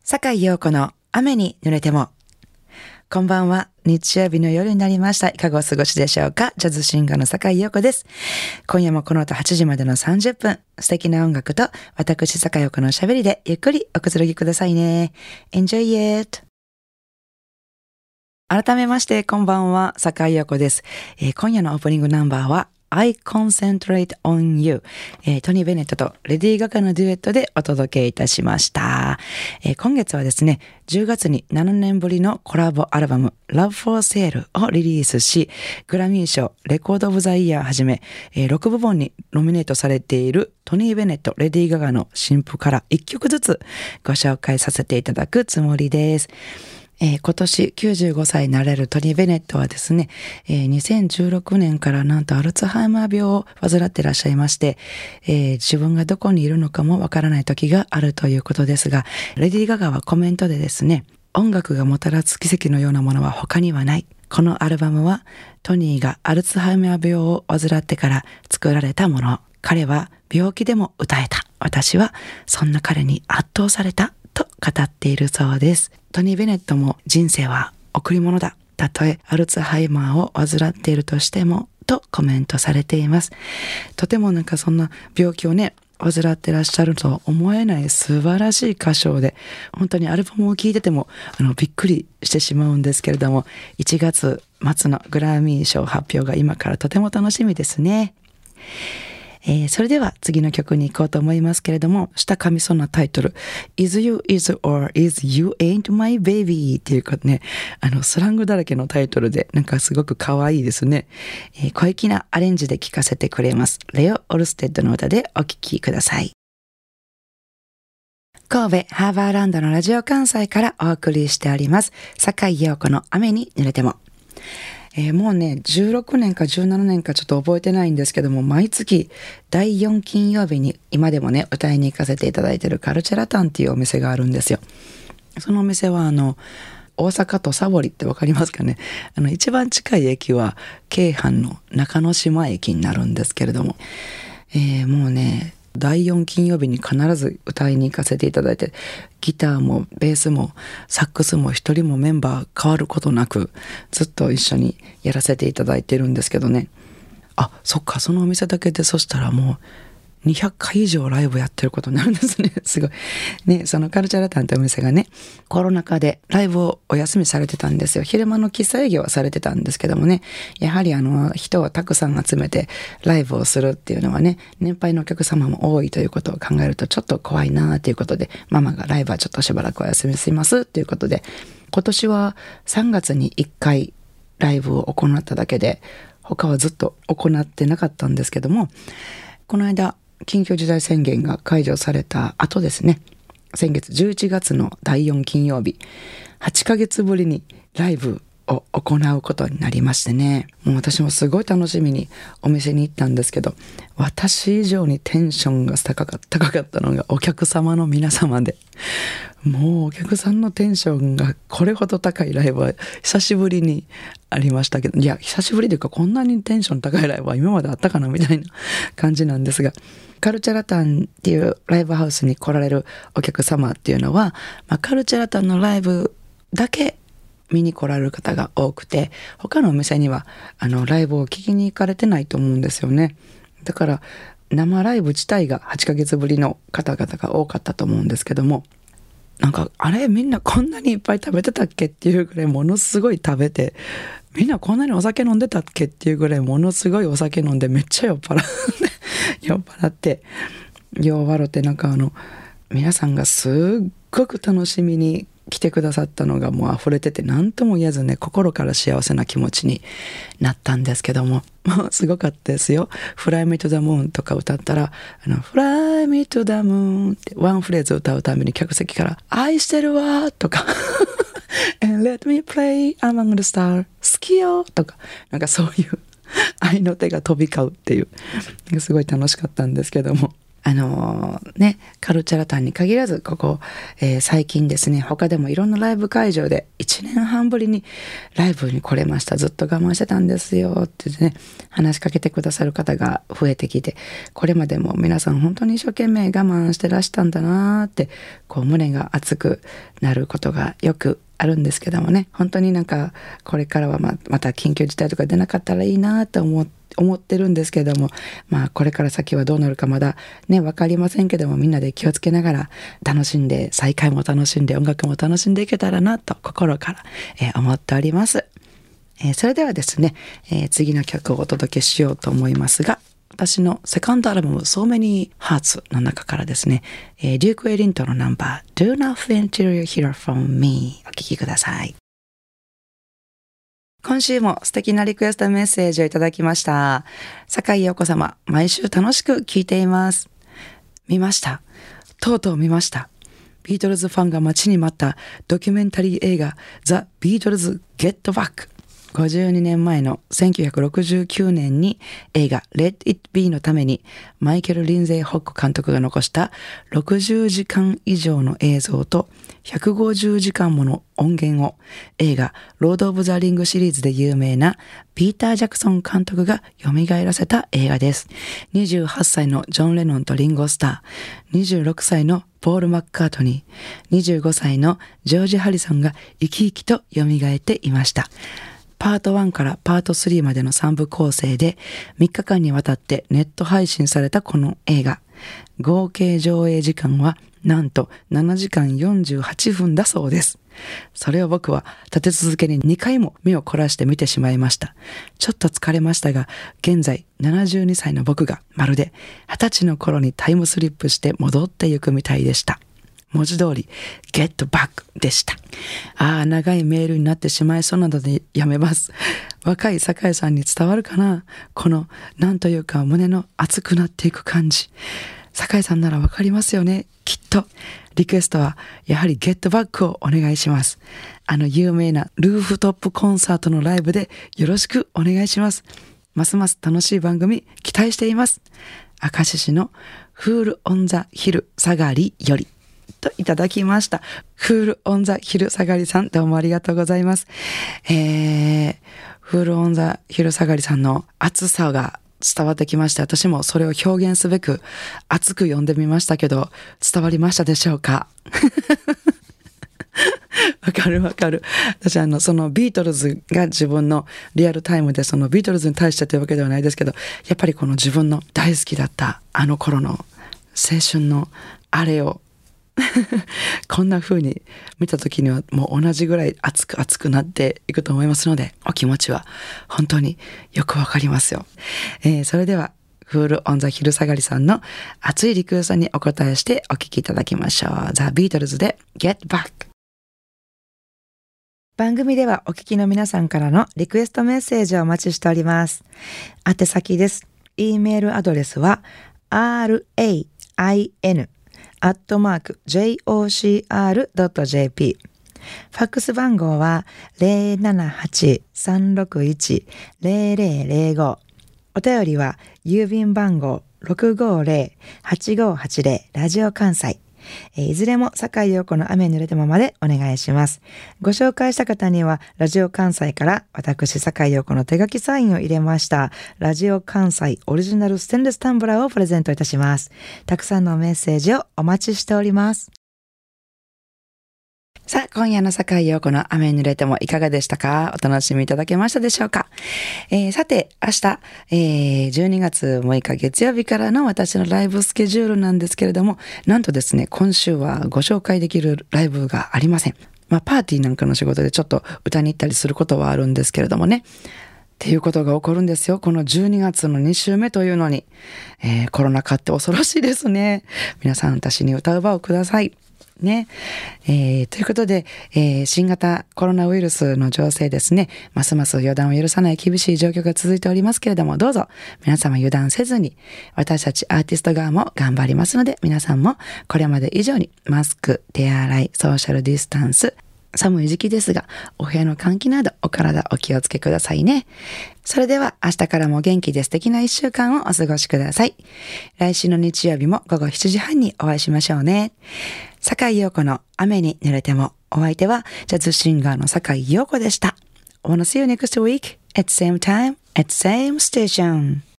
坂井陽子の雨に濡れても。こんばんは。日曜日の夜になりました。いかがお過ごしでしょうか。ジャズシンガーの坂井陽子です。今夜もこの後8時までの30分、素敵な音楽と私坂井陽子のおしゃべりでゆっくりおくつろぎくださいね。Enjoy it! 改めましてこんばんは、坂井陽子です。今夜のオープニングナンバーはI Concentrate on You、トニー・ベネットとレディー・ガガのデュエットでお届けいたしました。今月はですね、10月に7年ぶりのコラボアルバム Love for Sale をリリースし、グラミー賞レコード・オブ・ザ・イヤーはじめ、6部門にノミネートされているトニー・ベネット、レディー・ガガの新譜から1曲ずつご紹介させていただくつもりです。今年95歳になれるトニー・ベネットはですね、2016年からなんとアルツハイマー病を患っていらっしゃいまして、自分がどこにいるのかもわからない時があるということですが、レディー・ガガはコメントでですね、音楽がもたらす奇跡のようなものは他にはない。このアルバムはトニーがアルツハイマー病を患ってから作られたもの。彼は病気でも歌えた。私はそんな彼に圧倒された。と語っているそうです。トニー・ベネットも人生は贈り物だ。たとえアルツハイマーを患っているとしてもとコメントされています。とてもそんな病気をね、患ってらっしゃると思えない素晴らしい歌唱で、本当にアルバムを聴いててもびっくりしてしまうんですけれども、1月末のグラミー賞発表が今からとても楽しみですね。それでは次の曲に行こうと思いますけれども、下噛みそうなタイトル Is You Is or Is You Ain't My Baby っていうかね、スラングだらけのタイトルですごく可愛いですね。小粋なアレンジで聴かせてくれます。レオ・オルステッドの歌でお聴きください。神戸ハーバーランドのラジオ関西からお送りしております。坂井陽子の雨に濡れても。もうね、16年か17年かちょっと覚えてないんですけども、毎月第4金曜日に今でもね、歌いに行かせていただいているカルチェラタンっていうお店があるんですよ。そのお店は大阪とサボリってわかりますかね。一番近い駅は京阪の中之島駅になるんですけれども、もうね、第4金曜日に必ず歌いに行かせていただいて、ギターもベースもサックスも一人もメンバー変わることなくずっと一緒にやらせていただいてるんですけどね。あ、そっか、そのお店だけでそしたらもう200回以上ライブやってることになるんですね。すごい。ね、そのカルチャーラタンってお店がね、コロナ禍でライブをお休みされてたんですよ。昼間の喫茶営業はされてたんですけどもね、やはり人をたくさん集めてライブをするっていうのはね、年配のお客様も多いということを考えるとちょっと怖いなということで、ママがライブはちょっとしばらくお休みしますっていうことで、今年は3月に1回ライブを行っただけで、他はずっと行ってなかったんですけども、この間、緊急事態宣言が解除された後ですね、先月11月の第4金曜日、8ヶ月ぶりにライブを行うことになりましてね、もう私もすごい楽しみにお店に行ったんですけど、私以上にテンションが高かったのがお客様の皆様で、もうお客さんのテンションがこれほど高いライブは久しぶりにありましたけど、いや久しぶりというか、こんなにテンション高いライブは今まであったかなみたいな感じなんですが、カルチャラタンっていうライブハウスに来られるお客様っていうのは、カルチャラタンのライブだけ見に来られる方が多くて、他のお店にはライブを聞きに行かれてないと思うんですよね。だから生ライブ自体が8ヶ月ぶりの方々が多かったと思うんですけども、あれみんなこんなにいっぱい食べてたっけっていうぐらいものすごい食べて、みんなこんなにお酒飲んでたっけっていうぐらいものすごいお酒飲んで、めっちゃ酔っ払ってよう笑って、皆さんがすっごく楽しみに来てくださったのがもう溢れてて、何とも言えずね、心から幸せな気持ちになったんですけども、もうすごかったですよ。Fly Me to the Moon とか歌ったら、Fly Me to the Moon ってワンフレーズ歌うために客席から愛してるわとかAnd let me play among the stars 好きよとか、そういう愛の手が飛び交うっていう、すごい楽しかったんですけども、 カルチャラタンに限らず、最近ですね、他でもいろんなライブ会場で1年半ぶりにライブに来れました。ずっと我慢してたんですよってね、話しかけてくださる方が増えてきて、これまでも皆さん本当に一生懸命我慢してらしたんだなーって、胸が熱くなることがよくあるんですけどもね、本当にこれからはまた緊急事態とか出なかったらいいなと思ってるんですけども、これから先はどうなるかまだね分かりませんけども、みんなで気をつけながら楽しんで、再会も楽しんで、音楽も楽しんでいけたらなと心から、思っております。それではですね、次の曲をお届けしようと思いますが、私のセカンドアルバム So Many Hearts の中からですね、デューク・エリントのナンバー Do Nothing Till You Hear From Me お聴きください。今週も素敵なリクエストメッセージをいただきました。坂井陽子様、毎週楽しく聴いています。見ました。とうとう見ました。ビートルズファンが待ちに待ったドキュメンタリー映画 The Beatles Get Back。52年前の1969年に映画 Let It Be のためにマイケル・リンゼー・ホック監督が残した60時間以上の映像と150時間もの音源を映画ロード・オブ・ザ・リングシリーズで有名なピーター・ジャクソン監督が蘇らせた映画です。28歳のジョン・レノンとリンゴ・スター、26歳のポール・マッカートニー、25歳のジョージ・ハリソンが生き生きと蘇っていました。パート1からパート3までの3部構成で3日間にわたってネット配信されたこの映画。合計上映時間はなんと7時間48分だそうです。それを僕は立て続けに2回も目を凝らして見てしまいました。ちょっと疲れましたが、現在72歳の僕がまるで20歳の頃にタイムスリップして戻ってゆくみたいでした。文字通り Get Back でした。長いメールになってしまいそうなのでやめます。若い酒井さんに伝わるかな、このなんというか胸の熱くなっていく感じ。酒井さんならわかりますよね、きっと。リクエストはやはり Get Back をお願いします。有名なルーフトップコンサートのライブでよろしくお願いします。ますます楽しい番組期待しています。明石市のフールオンザヒル下がりよりといただきました。フールオンザヒル下がりさん、どうもありがとうございます。フールオンザヒル下がりさんの熱さが伝わってきまして、私もそれを表現すべく熱く読んでみましたけど、伝わりましたでしょうか？わかる。私そのビートルズが自分のリアルタイムでそのビートルズに対してというわけではないですけど、やっぱりこの自分の大好きだった頃の青春のあれをこんな風に見た時にはもう同じぐらい熱くなっていくと思いますので、お気持ちは本当によくわかりますよ。それではフールオンザ昼下がりさんの熱いリクエストにお答えしてお聞きいただきましょう。ザ・ビートルズで Get Back。 番組ではお聞きの皆さんからのリクエストメッセージをお待ちしております。宛先です。 E メールアドレスは rain@jocr.jp。 ファックス番号は 078-361-0005。 お便りは郵便番号 650-8580 ラジオ関西。いずれも坂井陽子の雨に濡れてもまでお願いします。ご紹介した方にはラジオ関西から私坂井陽子の手書きサインを入れましたラジオ関西オリジナルステンレスタンブラーをプレゼントいたします。たくさんのメッセージをお待ちしております。さあ、今夜の坂井陽子の雨に濡れてもいかがでしたか？お楽しみいただけましたでしょうか？さて、明日、12月6日月曜日からの私のライブスケジュールなんですけれども、なんとですね、今週はご紹介できるライブがありません。パーティーなんかの仕事でちょっと歌に行ったりすることはあるんですけれどもね。っていうことが起こるんですよ。この12月の2週目というのに。コロナ禍って恐ろしいですね。皆さん、私に歌う場をください。ね。ということで、新型コロナウイルスの情勢ですね、ますます予断を許さない厳しい状況が続いておりますけれども、どうぞ皆様油断せずに、私たちアーティスト側も頑張りますので、皆さんもこれまで以上にマスク、手洗い、ソーシャルディスタンス、 寒い時期ですが、お部屋の換気などお体お気をつけくださいね。それでは明日からも元気で素敵な一週間をお過ごしください。来週の日曜日も午後7時半にお会いしましょうね。坂井陽子の雨に濡れても、お相手はジャズシンガーの坂井陽子でした。I wanna see you next week at same time at same station.